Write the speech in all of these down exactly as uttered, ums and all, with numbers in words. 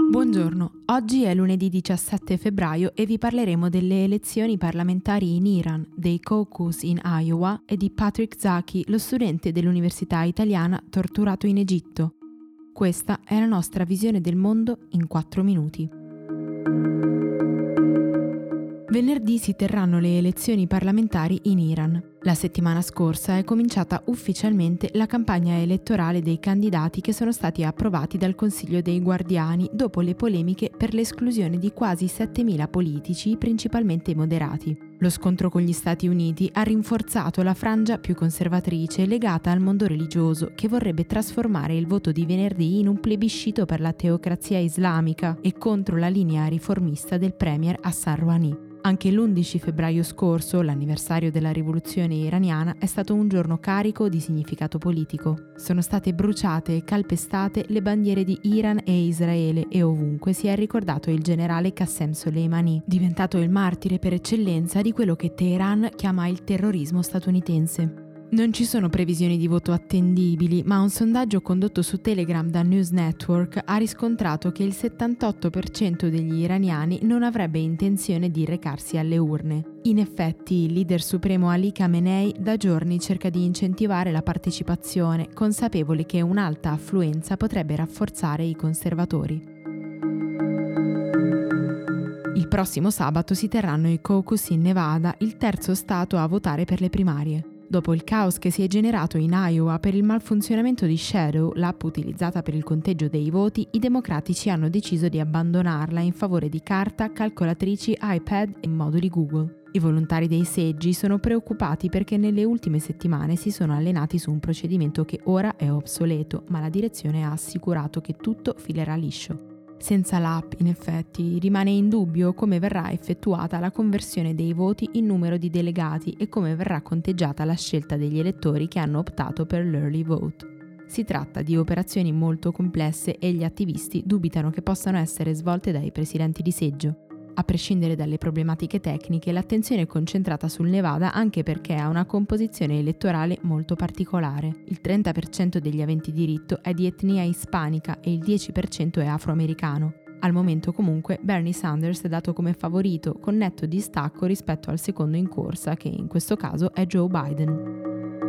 Buongiorno, oggi è lunedì diciassette febbraio e vi parleremo delle elezioni parlamentari in Iran, dei caucus in Iowa e di Patrick Zaki, lo studente dell'Università Italiana torturato in Egitto. Questa è la nostra visione del mondo in quattro minuti. Venerdì si terranno le elezioni parlamentari in Iran. La settimana scorsa è cominciata ufficialmente la campagna elettorale dei candidati che sono stati approvati dal Consiglio dei Guardiani dopo le polemiche per l'esclusione di quasi settemila politici, principalmente moderati. Lo scontro con gli Stati Uniti ha rinforzato la frangia più conservatrice legata al mondo religioso, che vorrebbe trasformare il voto di venerdì in un plebiscito per la teocrazia islamica e contro la linea riformista del premier Hassan Rouhani. Anche l'undici febbraio scorso, l'anniversario della rivoluzione iraniana, è stato un giorno carico di significato politico. Sono state bruciate e calpestate le bandiere di Iran e Israele e ovunque si è ricordato il generale Qassem Soleimani, diventato il martire per eccellenza di quello che Teheran chiama il terrorismo statunitense. Non ci sono previsioni di voto attendibili, ma un sondaggio condotto su Telegram da News Network ha riscontrato che il settantotto per cento degli iraniani non avrebbe intenzione di recarsi alle urne. In effetti, il leader supremo Ali Khamenei da giorni cerca di incentivare la partecipazione, consapevole che un'alta affluenza potrebbe rafforzare i conservatori. Il prossimo sabato si terranno i caucus in Nevada, il terzo stato a votare per le primarie. Dopo il caos che si è generato in Iowa per il malfunzionamento di Shadow, l'app utilizzata per il conteggio dei voti, i democratici hanno deciso di abbandonarla in favore di carta, calcolatrici, iPad e moduli Google. I volontari dei seggi sono preoccupati perché nelle ultime settimane si sono allenati su un procedimento che ora è obsoleto, ma la direzione ha assicurato che tutto filerà liscio. Senza l'app, in effetti, rimane in dubbio come verrà effettuata la conversione dei voti in numero di delegati e come verrà conteggiata la scelta degli elettori che hanno optato per l'early vote. Si tratta di operazioni molto complesse e gli attivisti dubitano che possano essere svolte dai presidenti di seggio. A prescindere dalle problematiche tecniche, l'attenzione è concentrata sul Nevada anche perché ha una composizione elettorale molto particolare. Il trenta per cento degli aventi diritto è di etnia ispanica e il dieci per cento è afroamericano. Al momento comunque Bernie Sanders è dato come favorito, con netto distacco rispetto al secondo in corsa, che in questo caso è Joe Biden.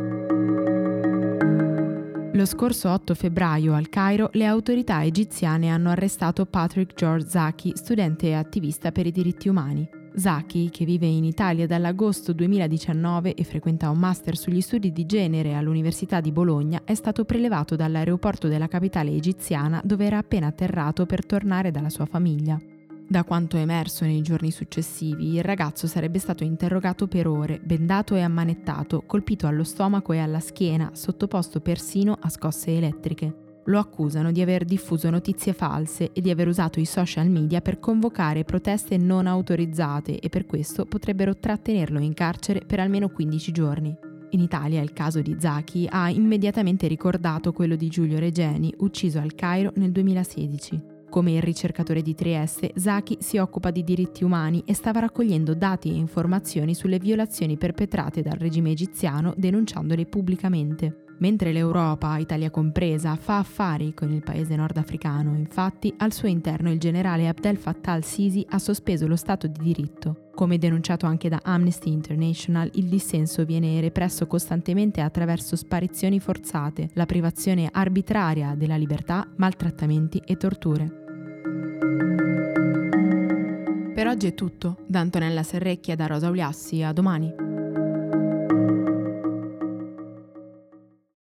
Lo scorso otto febbraio al Cairo le autorità egiziane hanno arrestato Patrick George Zaki, studente e attivista per i diritti umani. Zaki, che vive in Italia dall'agosto duemiladiciannove e frequenta un master sugli studi di genere all'Università di Bologna, è stato prelevato dall'aeroporto della capitale egiziana dove era appena atterrato per tornare dalla sua famiglia. Da quanto è emerso nei giorni successivi, il ragazzo sarebbe stato interrogato per ore, bendato e ammanettato, colpito allo stomaco e alla schiena, sottoposto persino a scosse elettriche. Lo accusano di aver diffuso notizie false e di aver usato i social media per convocare proteste non autorizzate e per questo potrebbero trattenerlo in carcere per almeno quindici giorni. In Italia il caso di Zaki ha immediatamente ricordato quello di Giulio Regeni, ucciso al Cairo nel duemilasedici. Come il ricercatore di Trieste, Zaki si occupa di diritti umani e stava raccogliendo dati e informazioni sulle violazioni perpetrate dal regime egiziano, denunciandole pubblicamente. Mentre l'Europa, Italia compresa, fa affari con il paese nordafricano, infatti, al suo interno il generale Abdel Fattah al-Sisi ha sospeso lo Stato di diritto. Come denunciato anche da Amnesty International, il dissenso viene represso costantemente attraverso sparizioni forzate, la privazione arbitraria della libertà, maltrattamenti e torture. Per oggi è tutto. Da Antonella Serrecchia e da Rosa Uliassi, a domani.